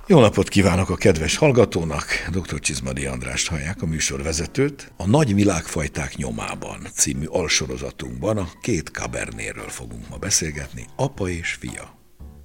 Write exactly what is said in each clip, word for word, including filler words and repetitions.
Jó napot kívánok a kedves hallgatónak, dr. Csizmadi Andrást hallják, a műsorvezetőt. A Nagy világfajták nyomában című alsorozatunkban a két Cabernétről fogunk ma beszélgetni, apa és fia.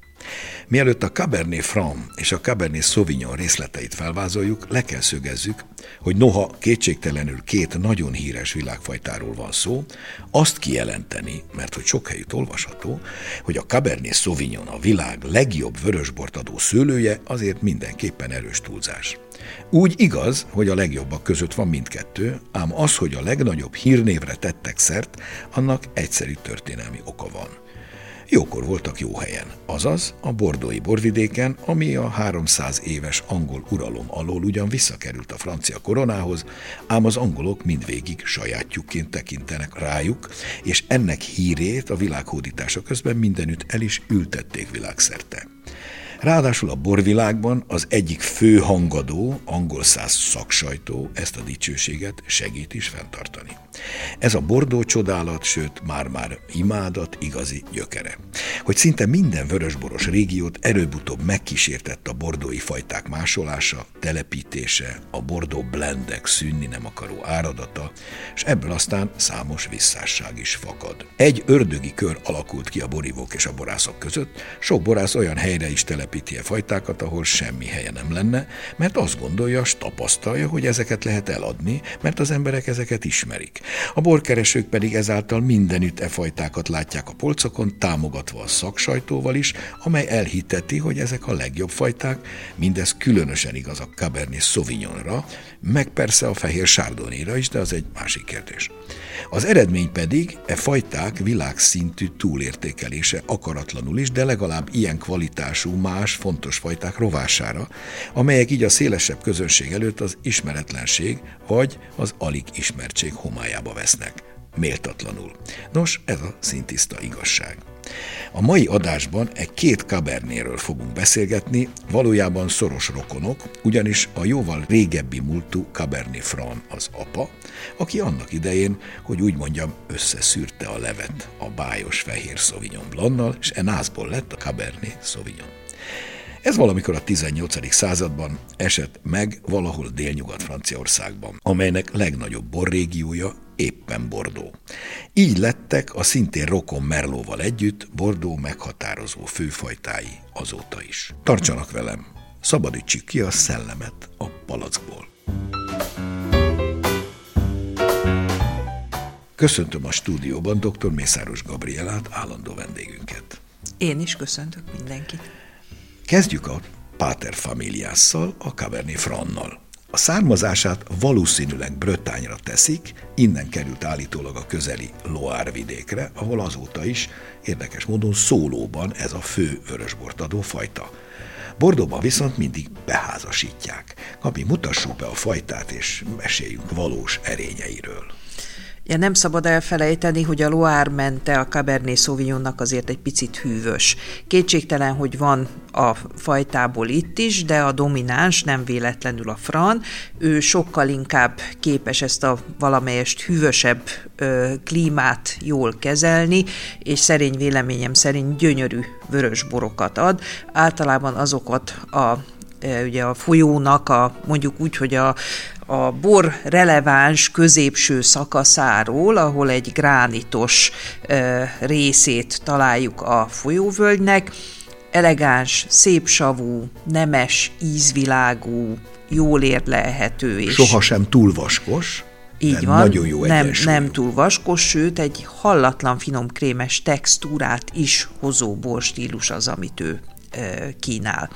Mielőtt a Cabernet Franc és a Cabernet Sauvignon részleteit felvázoljuk, le kell szögezzük, hogy noha kétségtelenül két nagyon híres világfajtáról van szó, azt kijelenteni, mert hogy sok helyütt olvasható, hogy a Cabernet Sauvignon a világ legjobb vörösbort adó szőlője, azért mindenképpen erős túlzás. Úgy igaz, hogy a legjobbak között van mindkettő, ám az, hogy a legnagyobb hírnévre tettek szert, annak egyszerű történelmi oka van. Jókor voltak jó helyen, azaz a bordói borvidéken, ami a háromszáz éves angol uralom alól ugyan visszakerült a francia koronához, ám az angolok mindvégig sajátjukként tekintenek rájuk, és ennek hírét a világhódítása közben mindenütt el is ültették világszerte. Ráadásul a borvilágban az egyik fő hangadó, angol száz szaksajtó ezt a dicsőséget segít is fenntartani. Ez a bordó csodálat, sőt már-már imádat igazi gyökere. Hogy szinte minden vörösboros régiót előbb-utóbb megkísértett a bordói fajták másolása, telepítése, a bordó blendek szűnni nem akaró áradata, és ebből aztán számos visszásság is fakad. Egy ördögi kör alakult ki a borívók és a borászok között, sok borász olyan helyre is telepíti a fajtákat, ahol semmi helye nem lenne, mert azt gondolja, s tapasztalja, hogy ezeket lehet eladni, mert az emberek ezeket ismerik. A borkeresők pedig ezáltal mindenütt e fajtákat látják a polcokon, támogatva a szaksajtóval is, amely elhitteti, hogy ezek a legjobb fajták, mindez különösen igaz a Cabernet Sauvignonra, meg persze a fehér Chardonnayra is, de az egy másik kérdés. Az eredmény pedig e fajták világszintű túlértékelése akaratlanul is, de legalább ilyen kvalitású más fontos fajták rovására, amelyek így a szélesebb közönség előtt az ismeretlenség vagy az alig ismertség homályába vesznek. Méltatlanul. Nos, ez a szintiszta igazság. A mai adásban egy két Cabernétről fogunk beszélgetni, valójában szoros rokonok, ugyanis a jóval régebbi múltú Cabernet Franc az apa, aki annak idején, hogy úgy mondjam, összeszűrte a levet a bájos fehér Sauvignon Blanc-nal, és e nászból lett a Cabernet Sauvignon. Ez valamikor a tizennyolcadik században esett meg valahol Délnyugat-Franciaországban, amelynek legnagyobb borrégiója éppen Bordeaux. Így lettek a szintén rokon Merlotal együtt Bordeaux meghatározó főfajtái azóta is. Tartsanak velem, szabadítsuk ki a szellemet a palackból. Köszöntöm a stúdióban dr. Mészáros Gabrielát, állandó vendégünket. Én is köszöntök mindenkit. Kezdjük a paterfamiliasszal, a Cabernet Franc-nal. A származását valószínűleg Bretagne-ra teszik, innen került állítólag a közeli Loire vidékre, ahol azóta is érdekes módon szólóban ez a fő vörösbort adó fajta. Bordeauxban viszont mindig beházasítják. Gabi, mutassuk be a fajtát, és meséljünk valós erényeiről. Ja, nem szabad elfelejteni, hogy a Loire mente a Cabernet Sauvignonnak azért egy picit hűvös. Kétségtelen, hogy van a fajtából itt is, de a domináns nem véletlenül a Franc. Ő sokkal inkább képes ezt a valamelyest hűvösebb ö, klímát jól kezelni, és szerény véleményem szerint gyönyörű vörösborokat ad. Általában azokat a, ugye a folyónak, a, mondjuk úgy, hogy a a bor releváns középső szakaszáról, ahol egy gránitos ö, részét találjuk a folyóvölgynek, elegáns, szépsavú, nemes, ízvilágú, jól érlelhető. És sohasem túl vaskos, így van, nagyon jó nem, nem túl vaskos, sőt egy hallatlan finom krémes textúrát is hozó borstílus az, amit ő ö, kínál.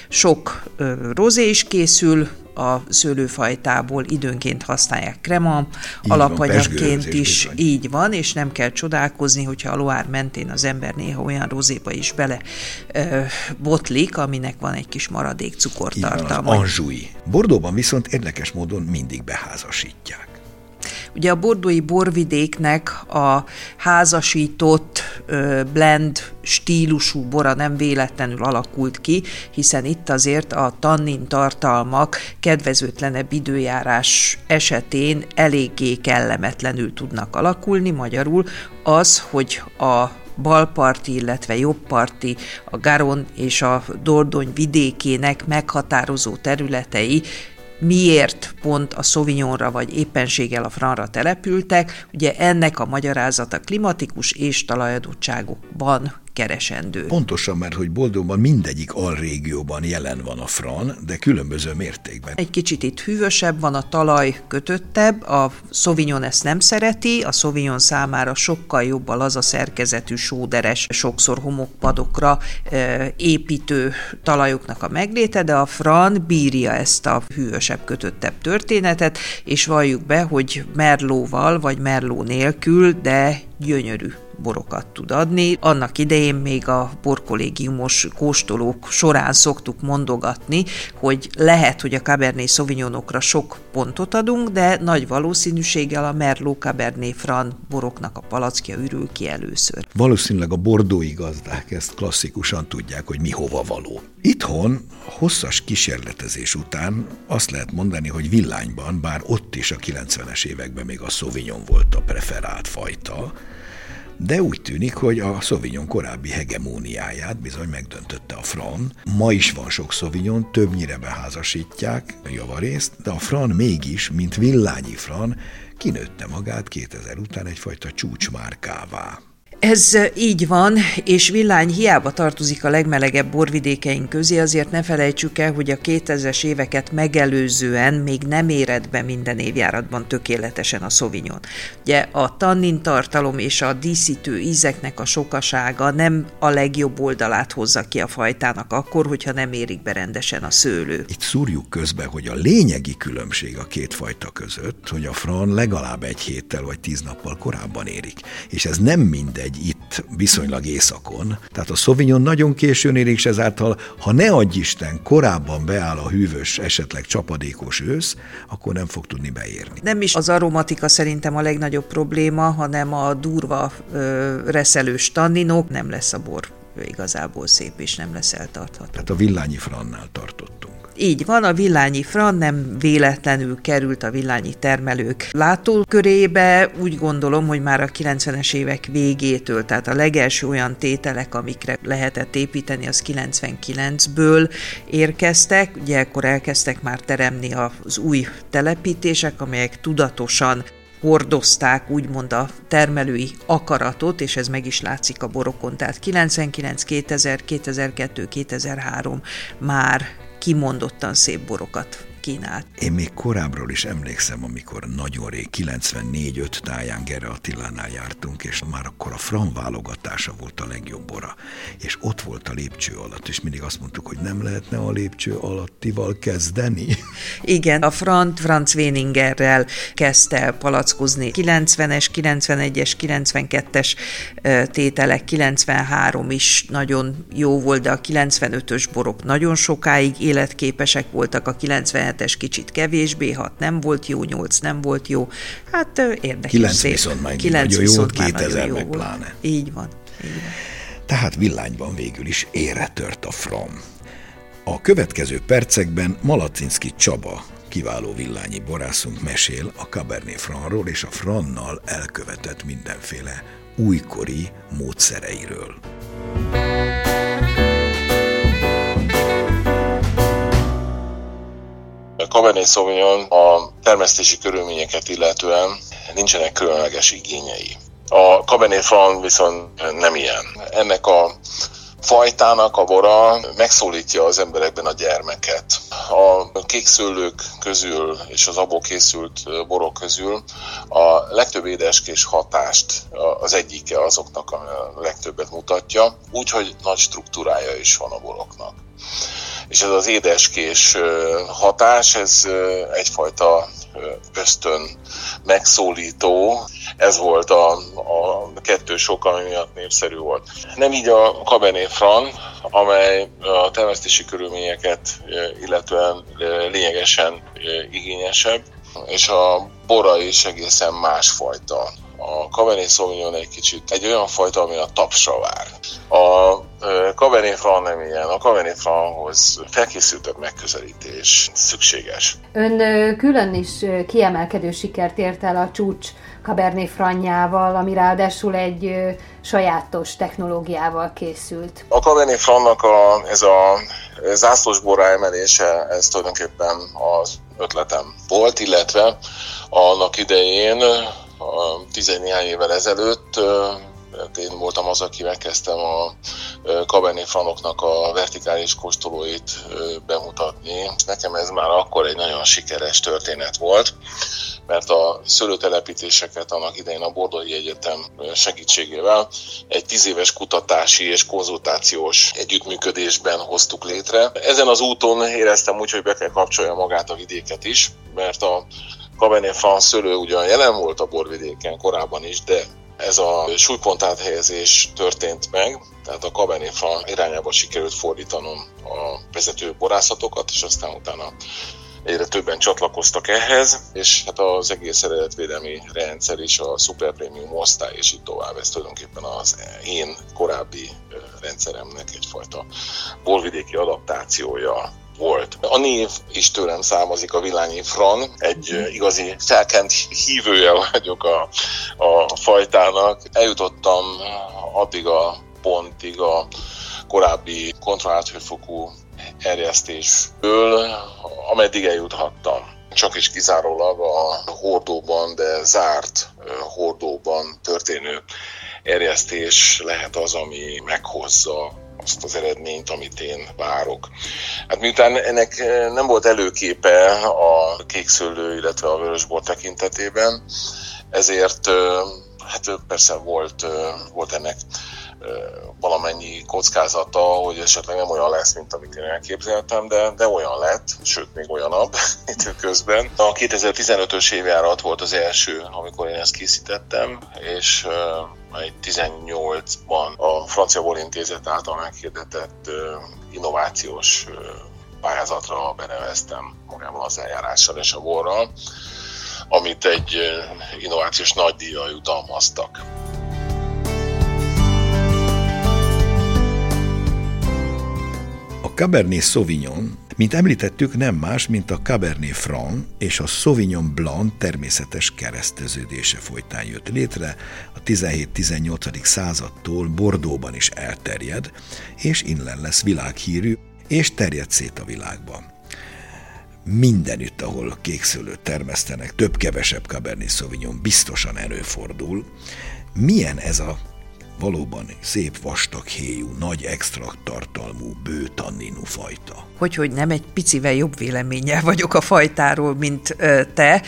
Sok ö, rozé is készül a szőlőfajtából, időnként használják krema alapanyagként is, bizony. Így van, és nem kell csodálkozni, hogyha a Loire mentén az ember néha olyan rozéba is bele ö, botlik, aminek van egy kis maradék cukortartalma. Anjoui. Bordeauxban viszont érdekes módon mindig beházasítják. Ugye a bordói borvidéknek a házasított blend stílusú bora nem véletlenül alakult ki, hiszen itt azért a tannin tartalmak kedvezőtlenebb időjárás esetén eléggé kellemetlenül tudnak alakulni. Magyarul az, hogy a balparti, illetve jobbparti, a Garonne és a Dordogne vidékének meghatározó területei miért pont a Sauvignonra vagy éppenséggel a Franc-ra települtek. Ugye ennek a magyarázata klimatikus és talajadottságokban keresendő. Pontosan, mert hogy Bordeauxban mindegyik alrégióban jelen van a Franc, de különböző mértékben. Egy kicsit itt hűvösebb van, a talaj kötöttebb, a Sauvignon ezt nem szereti, a Sauvignon számára sokkal jobb a laza szerkezetű, sóderes, sokszor homokpadokra e, építő talajoknak a megléte, de a Franc bírja ezt a hűvösebb, kötöttebb történetet, és valljuk be, hogy Merlotal vagy Merlot nélkül, de gyönyörű borokat tud adni. Annak idején még a borkollégiumos kóstolók során szoktuk mondogatni, hogy lehet, hogy a Cabernet Sauvignonokra sok pontot adunk, de nagy valószínűséggel a Merlot Cabernet Franc boroknak a palackja ürül ki először. Valószínűleg a bordói gazdák ezt klasszikusan tudják, hogy mi hova való. Itthon hosszas kísérletezés után azt lehet mondani, hogy Villányban, bár ott is a kilencvenes években még a Sauvignon volt a preferált fajta, de úgy tűnik, hogy a Sauvignon korábbi hegemóniáját bizony megdöntötte a Franc. Ma is van sok Sauvignon, többnyire beházasítják javarészt, de a Franc mégis, mint villányi Franc, kinőtte magát kétezer után egyfajta csúcsmárkává. Ez így van, és Villány hiába tartozik a legmelegebb borvidékeink közé, azért ne felejtsük el, hogy a kétezres éveket megelőzően még nem érett be minden évjáratban tökéletesen a Sauvignon. Ugye a tannin tartalom és a díszítő ízeknek a sokasága nem a legjobb oldalát hozza ki a fajtának akkor, hogyha nem érik be rendesen a szőlő. Itt szúrjuk közbe, hogy a lényegi különbség a két fajta között, hogy a Franc legalább egy héttel vagy tíz nappal korábban érik, és ez nem mindegy itt viszonylag északon. Tehát a Sauvignon nagyon későn érik, és ezáltal, ha ne adj Isten, korábban beáll a hűvös, esetleg csapadékos ősz, akkor nem fog tudni beérni. Nem is az aromatika szerintem a legnagyobb probléma, hanem a durva ö, reszelős tanninok. Nem lesz a bor igazából szép, és nem lesz eltartható. Tehát a Villányi Francnál tartottunk. Így van, a Villányi Franc nem véletlenül került a villányi termelők látókörébe. Úgy gondolom, hogy már a kilencvenes évek végétől, tehát a legelső olyan tételek, amikre lehetett építeni, az kilencvenkilencből érkeztek. Ugye ekkor elkezdtek már teremni az új telepítések, amelyek tudatosan hordozták úgymond a termelői akaratot, és ez meg is látszik a borokon. Tehát kilencvenkilenc, kétezer, kétezer-kettő, kétezer-három már kimondottan szép borokat kínált. Én még korábbról is emlékszem, amikor nagyon rég, kilencvennégy öt táján Gere Attilánál jártunk, és már akkor a Franc válogatása volt a legjobb bora. És ott volt a lépcső alatt, és mindig azt mondtuk, hogy nem lehetne a lépcső alattival kezdeni. Igen, a Franc Franz Weiningerrel kezdte el palackozni. kilencvenes, kilencvenegyes, kilencvenkettes tételek, kilencvenhárom is nagyon jó volt, de a kilencvenötös borok nagyon sokáig életképesek voltak, a kilencvenhetes kicsit kevésbé, hat nem volt jó, nyolc nem volt jó. Hát érdekes. kilenc viszont már nagyon jó, kétezer meg pláne. Így van, így van. Tehát Villányban végül is érre tört a Franc. A következő percekben Malacinszky Csaba, kiváló villányi borászunk mesél a Cabernet Francról és a Francnal elkövetett mindenféle újkori módszereiről. A Cabernet Sauvignon a termesztési körülményeket illetően nincsenek különleges igényei. A Cabernet Franc viszont nem ilyen. Ennek a fajtának a bora megszólítja az emberekben a gyermeket. A kékszőlők közül és az abból készült borok közül a legtöbb édeskés hatást az egyike azoknak a legtöbbet mutatja, úgyhogy nagy struktúrája is van a boroknak. És ez az édeskés hatás, ez egyfajta ösztön megszólító, ez volt a, a kettős ok, ami miatt népszerű volt. Nem így a Cabernet Franc, amely a termesztési körülményeket illetően lényegesen igényesebb, és a bora is egészen másfajta. A Cabernet Sauvignon egy kicsit egy olyan fajta, ami a tapsra vár. A Cabernet Franc nem ilyen. A Cabernet Franchoz felkészültebb megközelítés szükséges. Ön külön is kiemelkedő sikert ért el a csúcs Cabernet Francjával, ami ráadásul egy sajátos technológiával készült. A Cabernet Francnak a, ez a zászlósborrá emelése, ez tulajdonképpen az ötletem volt, illetve annak idején, tizennéhány évvel ezelőtt, én voltam az, aki megkezdtem a Cabernet Francoknak a vertikális kóstolóit bemutatni. Nekem ez már akkor egy nagyon sikeres történet volt, mert a szőlőtelepítéseket annak idején a Bordeaux Egyetem segítségével egy tíz éves kutatási és konzultációs együttműködésben hoztuk létre. Ezen az úton éreztem úgy, hogy be kell kapcsolja magát a vidéket is, mert a Cabernet Franc szőlő ugyan jelen volt a borvidéken korábban is, de ez a súlypontáthelyezés történt meg, tehát a Cabernet Franc irányába sikerült fordítanom a vezető borászatokat, és aztán utána egyre többen csatlakoztak ehhez, és hát az egész eredetvédelmi rendszer is, a Super Premium osztály, és így tovább, ez tulajdonképpen az én korábbi rendszeremnek egyfajta borvidéki adaptációja volt. A név is tőlem származik, a Villani Franc, egy igazi felkent hívője vagyok a, a fajtának. Eljutottam addig a pontig a korábbi kontrollált hőfokú erjesztésből, ameddig eljuthattam. Csak és kizárólag a hordóban, de zárt hordóban történő erjesztés lehet az, ami meghozza azt az eredményt, amit én várok. Hát miután ennek nem volt előképe a kékszőlő, illetve a vörösbor tekintetében, ezért hát persze volt, volt ennek valamennyi kockázata, hogy esetleg nem olyan lesz, mint amit én elképzeltem, de, de olyan lett, sőt még olyanabb időközben. A kétezer-tizenötös évjárat volt az első, amikor én ezt készítettem, és egy tizennyolcban a Francia Borintézet által meghirdetett innovációs pályázatra beneveztem magával az eljárással és a borral, amit egy innovációs nagydíjjal jutalmaztak. A Cabernet Sauvignon, mint említettük, nem más, mint a Cabernet Franc és a Sauvignon Blanc természetes kereszteződése folytán jött létre, a tizenhét-tizennyolcadik századtól Bordeauxban is elterjed, és innen lesz világhírű, és terjed szét a világban. Mindenütt, ahol kékszőlőt termesztenek, több-kevesebb Cabernet Sauvignon biztosan előfordul. Milyen ez a valóban szép vastag héjú, nagy extrakt tartalmú, bő tanninú fajta? Hogyhogy nem, egy picivel jobb véleménnyel vagyok a fajtáról, mint ö, te.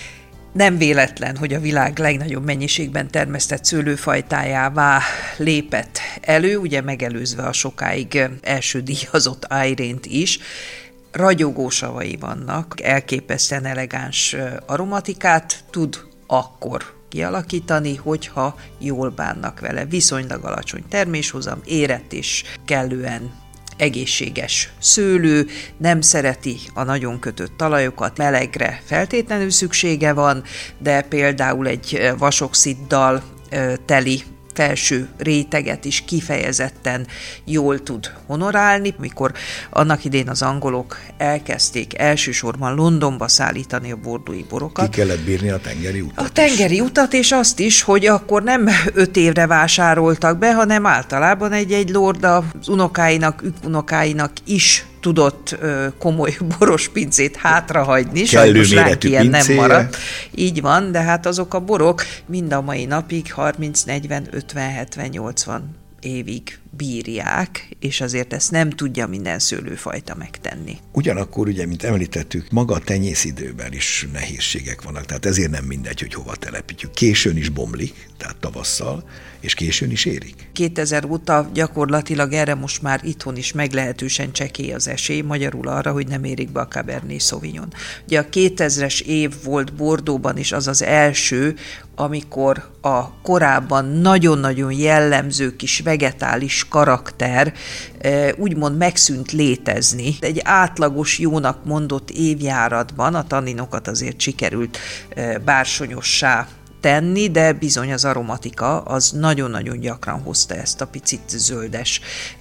Nem véletlen, hogy a világ legnagyobb mennyiségben termesztett szőlőfajtájává lépett elő, ugye megelőzve a sokáig első díjazott Ayrént is. Ragyogó savai vannak, elképesztően elegáns aromatikát tud akkor kialakítani, hogyha jól bánnak vele. Viszonylag alacsony terméshozam, érett és kellően egészséges szőlő, nem szereti a nagyon kötött talajokat, melegre feltétlenül szüksége van, de például egy vasoxiddal teli felső réteget is kifejezetten jól tud honorálni. Mikor annak idén az angolok elkezdték elsősorban Londonba szállítani a bordeauxi borokat. Ki kellett bírni a tengeri utat A tengeri is. utat, és azt is, hogy akkor nem öt évre vásároltak be, hanem általában egy-egy lord az unokáinak, ükunokáinak is tudott ö, komoly boros pincét hátrahagyni, sajnos ránk ilyen nem maradt. Így van, de hát azok a borok mind a mai napig harminc, negyven, ötven, hetven, nyolcvan évig bírják, és azért ezt nem tudja minden szőlőfajta megtenni. Ugyanakkor ugye, mint említettük, maga a tenyészidőben is nehézségek vannak, tehát ezért nem mindegy, hogy hova telepítjük. Későn is bomlik, tehát tavasszal, és későn is érik. kétezer óta gyakorlatilag erre most már itthon is meglehetősen csekély az esély, magyarul arra, hogy nem érik be a Cabernet Sauvignon. Ugye a kétezres év volt Bordeauxban is az az első, amikor a korábban nagyon-nagyon jellemző kis vegetális karakter úgymond megszűnt létezni. Egy átlagos, jónak mondott évjáratban a tanninokat azért sikerült bársonyossá tenni, de bizony az aromatika az nagyon-nagyon gyakran hozta ezt a picit zöldes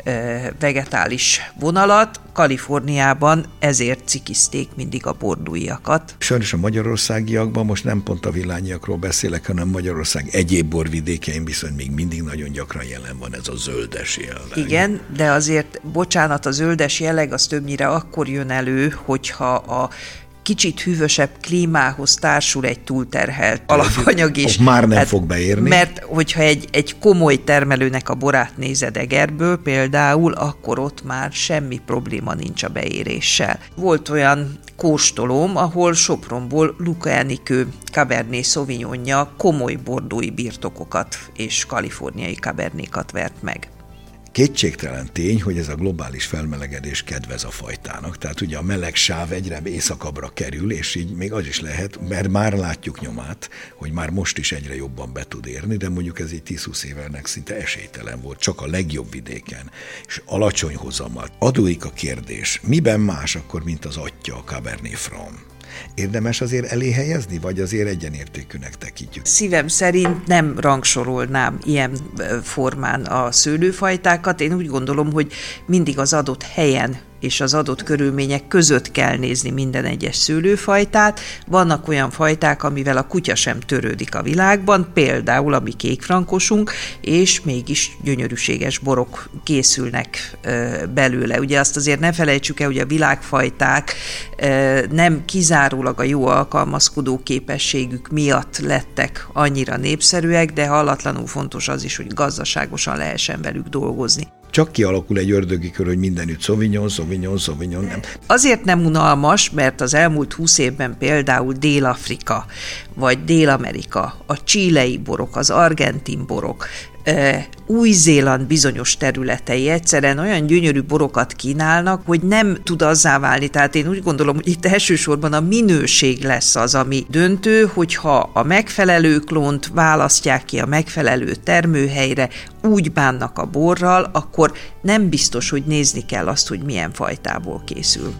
vegetális vonalat. Kaliforniában ezért cikizték mindig a bordúiakat. Sajnos a magyarországiakban, most nem pont a villányiakról beszélek, hanem Magyarország egyéb borvidékein viszont még mindig nagyon gyakran jelen van ez a zöldes jelleg. Igen, de azért, bocsánat, a zöldes jelleg az többnyire akkor jön elő, hogyha a kicsit hűvösebb klímához társul egy túlterhelt alapanyag is. Már nem hát, fog beérni. Mert hogyha egy, egy komoly termelőnek a borát nézed Egerből például, akkor ott már semmi probléma nincs a beéréssel. Volt olyan kóstolóm, ahol Sopronból Luca Enikő Cabernet Sauvignonja komoly bordói birtokokat és kaliforniai Cabernékat vert meg. Kétségtelen tény, hogy ez a globális felmelegedés kedvez a fajtának. Tehát ugye a meleg sáv egyre északabbra kerül, és így még az is lehet, mert már látjuk nyomát, hogy már most is egyre jobban be tud érni, de mondjuk ez így tíz-húsz évelnek szinte esélytelen volt, csak a legjobb vidéken, és alacsony hozammal. Adódik a kérdés, miben más akkor, mint az atya, a Cabernet Franc? Érdemes azért elé helyezni, vagy azért egyenértékűnek tekintjük? Szívem szerint nem rangsorolnám ilyen formán a szőlőfajtákat. Én úgy gondolom, hogy mindig az adott helyen és az adott körülmények között kell nézni minden egyes szőlőfajtát. Vannak olyan fajták, amivel a kutya sem törődik a világban, például a mi kékfrankosunk, és mégis gyönyörűséges borok készülnek belőle. Ugye azt azért ne felejtsük el, hogy a világfajták nem kizárólag a jó alkalmazkodó képességük miatt lettek annyira népszerűek, de hallatlanul fontos az is, hogy gazdaságosan lehessen velük dolgozni. Csak kialakul egy ördögi kör, hogy mindenütt Sauvignon, Sauvignon, Sauvignon, nem. Azért nem unalmas, mert az elmúlt húsz évben például Dél-Afrika, vagy Dél-Amerika, a chilei borok, az argentin borok, Új-Zéland bizonyos területei egyszerűen olyan gyönyörű borokat kínálnak, hogy nem tud azzá válni. Tehát én úgy gondolom, hogy itt elsősorban a minőség lesz az, ami döntő, hogyha a megfelelő klónt választják ki a megfelelő termőhelyre, úgy bánnak a borral, akkor nem biztos, hogy nézni kell azt, hogy milyen fajtából készül.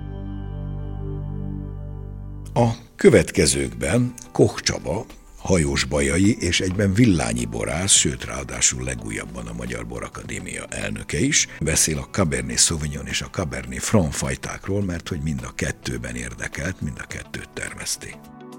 A következőkben Koch Csaba, hajósbajai és egyben villányi borász, sőt ráadásul legújabban a Magyar Borakadémia elnöke is, beszél a Cabernet Sauvignon és a Cabernet Franc fajtákról, mert hogy mind a kettőben érdekelt, mind a kettőt termeszti.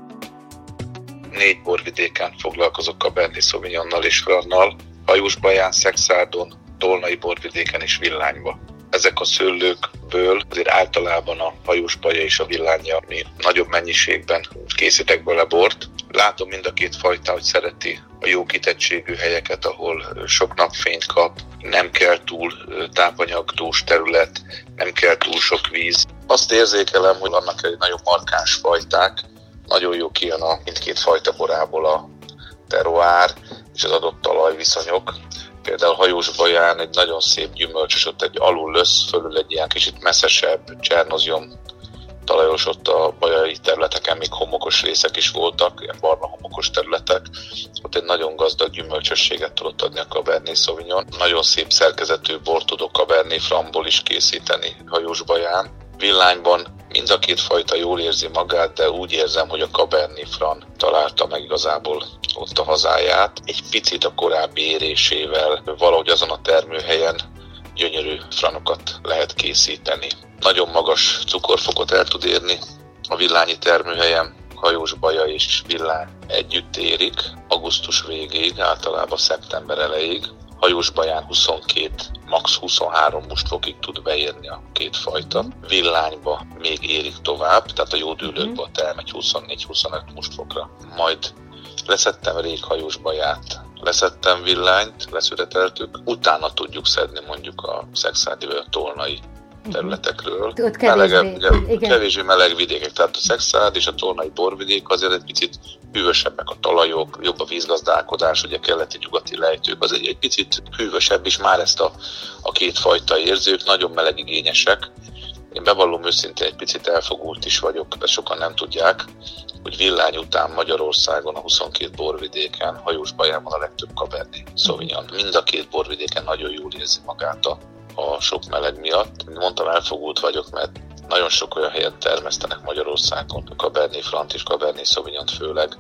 Négy borvidéken foglalkozok Cabernet Sauvignonnal és Frannal, Hajósbaján, Szexárdon, Tolnai borvidéken és Villányba. Ezek a szőlőkből azért általában a hajósbaja és a villánja, ami nagyobb mennyiségben készítek bele bort. Látom mind a két fajta, hogy szereti a jó kitettségű helyeket, ahol sok napfényt kap, nem kell túl tápanyagdús terület, nem kell túl sok víz. Azt érzékelem, hogy vannak egy nagyon markáns fajták, nagyon jó kijön a mindkét fajta borából a terroár és az adott talajviszonyok. Például Hajósbaján egy nagyon szép gyümölcsös, ott egy alul lösz, fölül egy ilyen kicsit messzesebb csernozjom talajos, ott a bajai területeken még homokos részek is voltak, ilyen barna homokos területek. Ott egy nagyon gazdag gyümölcsösséget tudott adni a Cabernet Sauvignon. Nagyon szép szerkezetű bort tudok Cabernet Francból is készíteni Hajósbaján. Villányban mind a két fajta jól érzi magát, de úgy érzem, hogy a Cabernet Franc találta meg igazából ott a hazáját. Egy picit a korábbi érésével valahogy azon a termőhelyen gyönyörű franokat lehet készíteni. Nagyon magas cukorfokot el tud érni a villányi termőhelyen. Hajósbaja és Villány együtt érik augusztus végéig, általában szeptember elejéig. Hajósbaján huszonkét, max. huszonhárom mustfokig tud beérni a két fajta. Villányba még érik tovább, tehát a jó dűlőkből elmegy huszonnégy-huszonöt mustfokra. Majd leszettem Réghajósbaját, leszettem Villányt, leszüreteltük, utána tudjuk szedni mondjuk a szexárdi vagy a tolnai területekről. Ott kevésbé, kevésbé meleg vidékek, tehát a Szexárd és a tolnai borvidék azért egy picit hűvösebbek a talajok, jobb a vízgazdálkodás, ugye keleti nyugati lejtők, az egy, egy picit hűvösebb, és már ezt a, a két fajta érzők nagyon melegigényesek. Én bevallom őszintén egy picit elfogult is vagyok, de sokan nem tudják, hogy Villány után Magyarországon a huszonkét borvidéken, Hajósbaján van a legtöbb Cabernet Sauvignon. Mind a két borvidéken nagyon jól érzi magát a a sok meleg miatt. Mondtam, elfogult vagyok, mert nagyon sok olyan helyen termesztenek Magyarországon, Cabernet Franc és Cabernet Sauvignon főleg,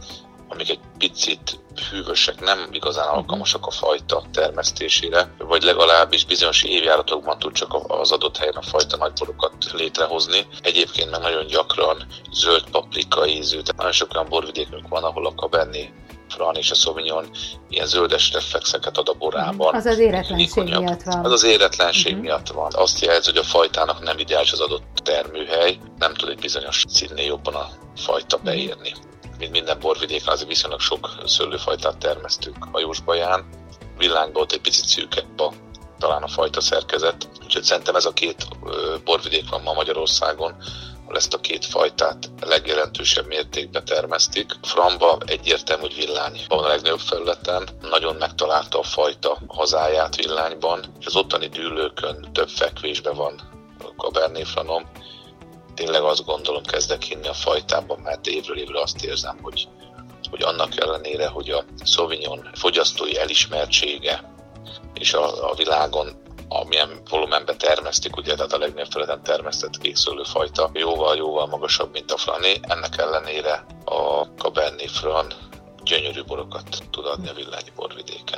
amik egy picit hűvösek, nem igazán alkalmasak a fajta termesztésére, vagy legalábbis bizonyos évjáratokban tud csak az adott helyen a fajta nagyborokat létrehozni. Egyébként meg nagyon gyakran zöld paprika ízű, tehát nagyon sok olyan borvidékünk van, ahol a Cabernet Franc és a Sauvignon ilyen zöldes reflexeket ad a borában. Az az éretlenség miatt van. Az az éretlenség uh-huh. miatt van. Azt jelzi, hogy a fajtának nem ideális az adott termőhely, nem tud egy bizonyos színnél jobban a fajta beérni. Mint minden borvidéken, azért viszonylag sok szőlőfajtát termesztünk Hajósbaján. Villányban ott egy picit szűkebb a, talán a fajta szerkezet. Úgyhogy szerintem ez a két borvidék van ma Magyarországon, ahol ezt a két fajtát a legjelentősebb mértékben termesztik. Framba egyértelmű, hogy Villányban a legnagyobb felületen. Nagyon megtalálta a fajta hazáját Villányban, és az ottani dűlőkön több fekvésben van a Cabernet Francom. Tényleg azt gondolom, kezdek hinni a fajtában, mert évről évre azt érzem, hogy, hogy annak ellenére, hogy a Sauvignon fogyasztói elismertsége és a, a világon amilyen volumenben termesztik, ugye, tehát a legnagyobb területen termesztett kékszőlőfajta jóval-jóval magasabb, mint a Frané. Ennek ellenére a Cabernet Franc gyönyörű borokat tud adni a villányi borvidéken.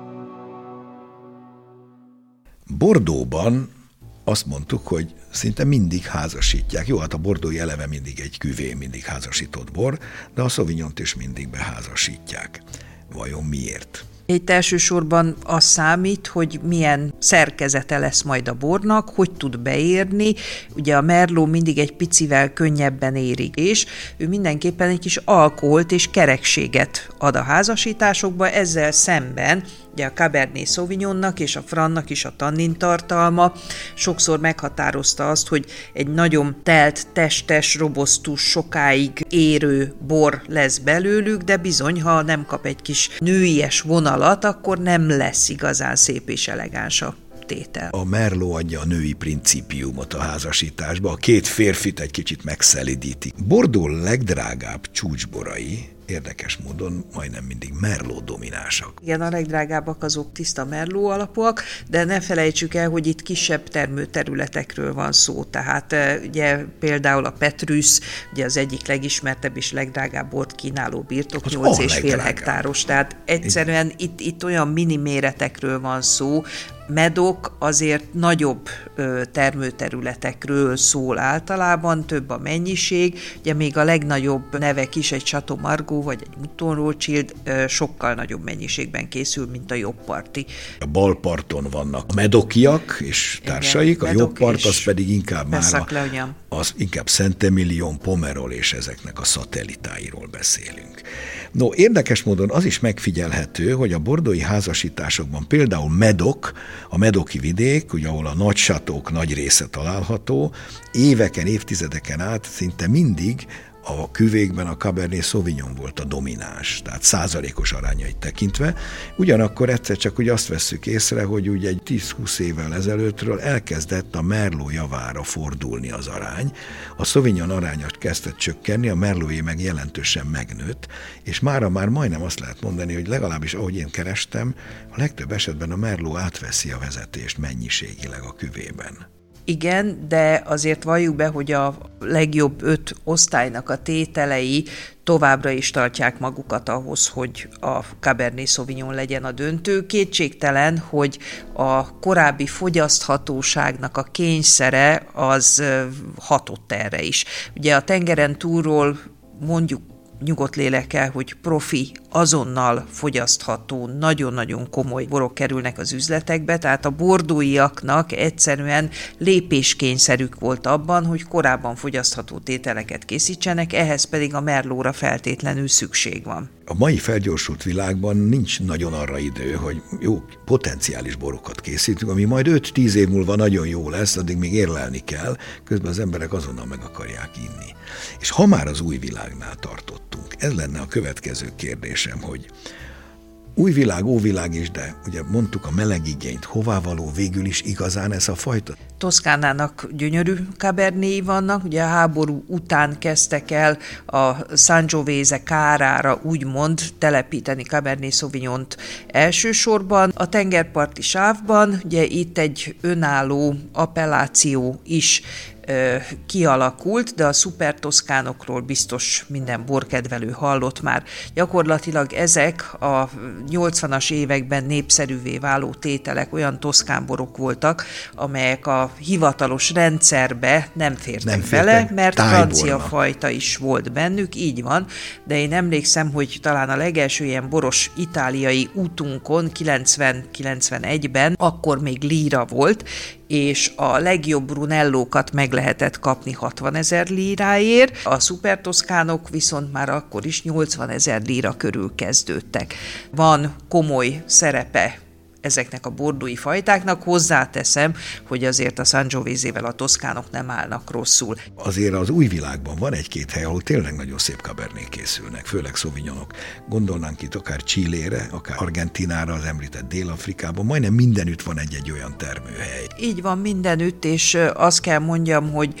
Bordeauxban azt mondtuk, hogy szinte mindig házasítják. Jó, hát a bordói eleve mindig egy küvé, mindig házasított bor, de a Sauvignont is mindig beházasítják. Vajon miért? Itt elsősorban az számít, hogy milyen szerkezete lesz majd a bornak, hogy tud beérni. Ugye a Merlot mindig egy picivel könnyebben érik, és ő mindenképpen egy kis alkoholt és kerekséget ad a házasításokba, ezzel szemben ugye a Cabernet Sauvignonnak és a Francnak is a tannin tartalma sokszor meghatározta azt, hogy egy nagyon telt, testes, robosztus, sokáig érő bor lesz belőlük, de bizony, ha nem kap egy kis nőies vonalat, akkor nem lesz igazán szép és elegáns a tétel. A Merlot adja a női principiumot a házasításba, a két férfit egy kicsit megszelidíti. Bordeaux legdrágább csúcsborai érdekes módon majdnem mindig Merlot dominánsak. Igen, a legdrágábbak azok tiszta Merlot alapúak, de ne felejtsük el, hogy itt kisebb termőterületekről van szó, tehát ugye például a Petrus, ugye az egyik legismertebb és legdrágább bort kínáló birtok, az nyolc és fél hektáros, tehát egyszerűen itt, itt olyan mini méretekről van szó. Medok azért nagyobb ö, termőterületekről szól általában, több a mennyiség, ugye még a legnagyobb nevek is, egy Chateau Margaux vagy egy Mouton Rothschild ö, sokkal nagyobb mennyiségben készül, mint a jobb parti. A bal parton vannak a medokiak és társaik, igen, a jobb part az pedig inkább már a, az inkább Saint-Emilion, Pomerol és ezeknek a szatellitáiról beszélünk. No, érdekes módon az is megfigyelhető, hogy a bordói házasításokban például Medok, a medoki vidék, ugye, ahol a nagy satók nagy része található, éveken, évtizedeken át szinte mindig a küvékben a Cabernet Sauvignon volt a domináns, tehát százalékos arányait tekintve. Ugyanakkor egyszer csak úgy azt vesszük észre, hogy ugye egy tíz-húsz évvel ezelőttről elkezdett a Merlot javára fordulni az arány. A Sauvignon aránya kezdett csökkenni, a Merloté meg jelentősen megnőtt, és mára már majdnem azt lehet mondani, hogy legalábbis ahogy én kerestem, a legtöbb esetben a Merlot átveszi a vezetést mennyiségileg a küvében. Igen, de azért valljuk be, hogy a legjobb öt osztálynak a tételei továbbra is tartják magukat ahhoz, hogy a Cabernet Sauvignon legyen a döntő. Kétségtelen, hogy a korábbi fogyaszthatóságnak a kényszere az hatott erre is. Ugye a tengeren túlról mondjuk nyugodt lélekkel, hogy profi, azonnal fogyasztható, nagyon-nagyon komoly borok kerülnek az üzletekbe, tehát a bordóiaknak egyszerűen lépéskényszerük volt abban, hogy korábban fogyasztható tételeket készítsenek, ehhez pedig a Merlotra feltétlenül szükség van. A mai felgyorsult világban nincs nagyon arra idő, hogy jó potenciális borokat készítünk, ami majd öt-tíz év múlva nagyon jó lesz, addig még érlelni kell, közben az emberek azonnal meg akarják inni. És ha már az új világnál tartottunk, ez lenne a következő kérdésem, hogy új világ, óvilág is, de ugye mondtuk a meleg igényt, hová való végül is igazán ez a fajta? Toszkánának gyönyörű Cabernet vannak, ugye a háború után kezdtek el a Sangiovese kárára úgymond telepíteni Cabernet Sauvignont elsősorban. A tengerparti sávban, ugye itt egy önálló appelláció is ö, kialakult, de a szuper toszkánokról biztos minden borkedvelő hallott már. Gyakorlatilag ezek a nyolcvanas években népszerűvé váló tételek olyan toszkánborok voltak, amelyek a hivatalos rendszerbe nem fértek, nem fértek bele, mert tájborna. Francia fajta is volt bennük, így van, de én emlékszem, hogy talán a legelső ilyen boros itáliai útunkon kilencven-kilencvenegyben akkor még líra volt, és a legjobb brunellókat meg lehetett kapni hatvanezer líráért, a szupertoszkánok viszont már akkor is nyolcvanezer líra körül kezdődtek. Van komoly szerepe ezeknek a bordói fajtáknak, hozzáteszem, hogy azért a Sangiovese-vel a toszkánok nem állnak rosszul. Azért az új világban van egy-két hely, ahol tényleg nagyon szép Cabernet készülnek, főleg Sauvignonok. Gondolnánk itt akár Chilére, akár Argentinára, az említett Dél-Afrikában, majdnem mindenütt van egy-egy olyan termőhely. Így van mindenütt, és azt kell mondjam, hogy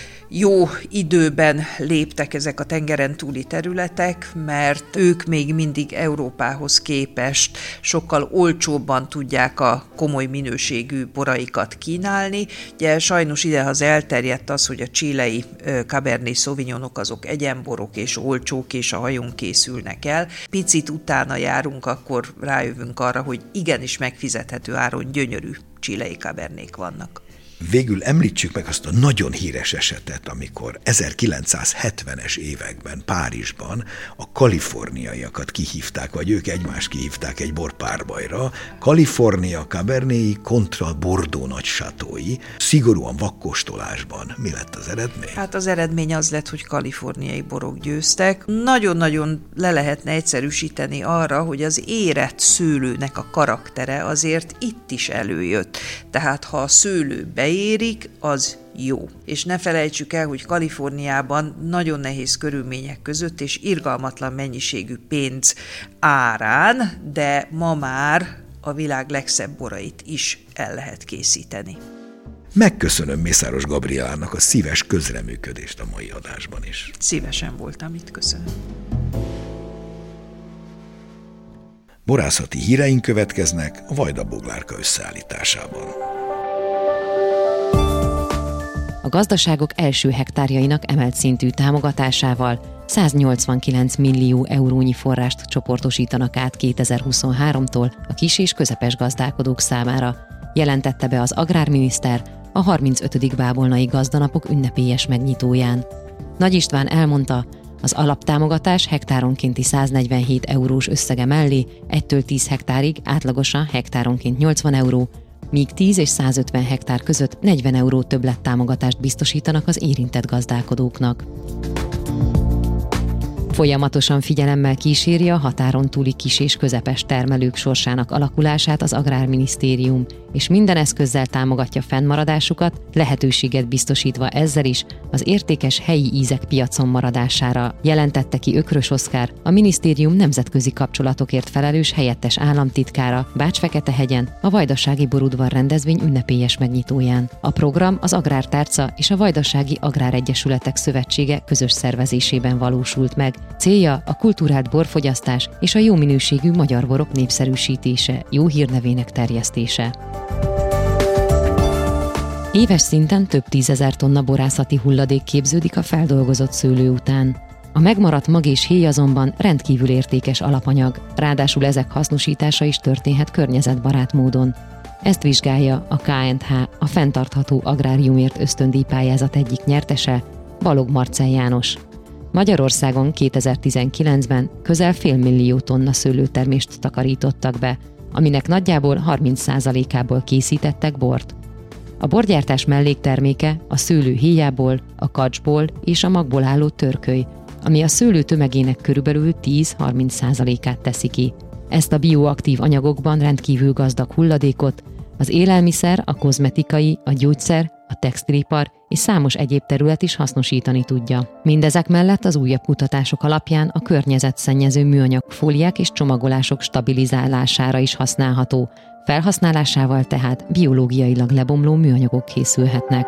jó időben léptek ezek a tengeren túli területek, mert ők még mindig Európához képest sokkal olcsóbban tudják a komoly minőségű boraikat kínálni. Ugye sajnos idehaz elterjedt az, hogy a chilei Cabernet Sauvignonok azok egyenborok és olcsók, és a hajón készülnek el. Picit utána járunk, akkor rájövünk arra, hogy igenis megfizethető áron gyönyörű chilei Cabernék vannak. Végül említsük meg azt a nagyon híres esetet, amikor ezerkilencszázhetvenes években Párizsban a kaliforniaiakat kihívták, vagy ők egymást kihívták egy borpárbajra. Kalifornia Cabernet kontra Bordeaux nagy sátói, szigorúan vakkóstolásban. Mi lett az eredmény? Hát az eredmény az lett, hogy kaliforniai borok győztek. Nagyon-nagyon le lehetne egyszerűsíteni arra, hogy az érett szőlőnek a karaktere azért itt is előjött. Tehát ha a szőlő beérik, az jó. És ne felejtsük el, hogy Kaliforniában nagyon nehéz körülmények között és irgalmatlan mennyiségű pénz árán, de ma már a világ legszebb borait is el lehet készíteni. Megköszönöm Mészáros Gabriellának a szíves közreműködést a mai adásban is. Szívesen voltam itt, köszönöm. Borászati híreink következnek a Vajda Boglárka összeállításában. A gazdaságok első hektárjainak emelt szintű támogatásával száznyolcvankilenc millió eurónyi forrást csoportosítanak át kétezer-huszonháromtól a kis és közepes gazdálkodók számára, jelentette be az agrárminiszter a harmincötödik bábolnai gazdanapok ünnepélyes megnyitóján. Nagy István elmondta, az alaptámogatás hektáronkénti száznegyvenhét eurós összege mellé egytől tíz hektárig átlagosan hektáronként nyolcvan euró, míg tíz és százötven hektár között negyven euró többlettámogatást biztosítanak az érintett gazdálkodóknak. Folyamatosan figyelemmel kíséri a határon túli kis és közepes termelők sorsának alakulását az Agrárminisztérium, és minden eszközzel támogatja fennmaradásukat, lehetőséget biztosítva ezzel is az értékes helyi ízek piacon maradására, jelentette ki Ökrös Oszkár, a minisztérium nemzetközi kapcsolatokért felelős helyettes államtitkára Bács-Feketehegyen a Vajdasági Borudvar rendezvény ünnepélyes megnyitóján. A program az Agrártárca és a Vajdasági Agráregyesületek Szövetsége közös szervezésében valósult meg. Célja a kulturált borfogyasztás és a jó minőségű magyar borok népszerűsítése, jó hírnevének terjesztése. Éves szinten több tízezer tonna borászati hulladék képződik a feldolgozott szőlő után. A megmaradt mag és héj azonban rendkívül értékes alapanyag, ráadásul ezek hasznosítása is történhet környezetbarát módon. Ezt vizsgálja a ká end há, a Fenntartható Agráriumért ösztöndíjpályázat egyik nyertese, Balogh Marcell János. Magyarországon kétezer-tizenkilencben közel félmillió tonna szőlőtermést takarítottak be, aminek nagyjából harminc százalékából készítettek bort. A borgyártás mellékterméke a szőlő héjából, a kacsból és a magból álló törköly, ami a szőlő tömegének körülbelül tíz-harminc százalékát teszi ki. Ezt a bioaktív anyagokban rendkívül gazdag hulladékot az élelmiszer, a kozmetikai, a gyógyszer, a textilipar és számos egyéb terület is hasznosítani tudja. Mindezek mellett az újabb kutatások alapján a környezetszennyező műanyag fóliák és csomagolások stabilizálására is használható, felhasználásával tehát biológiailag lebomló műanyagok készülhetnek.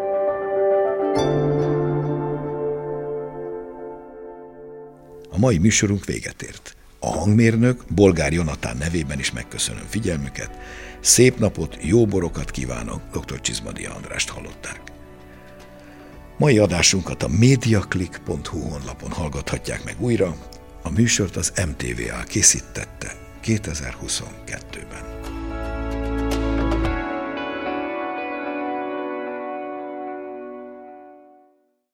A mai műsorunk véget ért. A hangmérnök Bolgár Jonatán nevében is megköszönöm figyelmüket. Szép napot, jó borokat kívánok, dr. Csizmadia Andrást hallották. Mai adásunkat a mediaclick pont hu honlapon hallgathatják meg újra. A műsort az em té vé á készítette kétezer-huszonkettőben.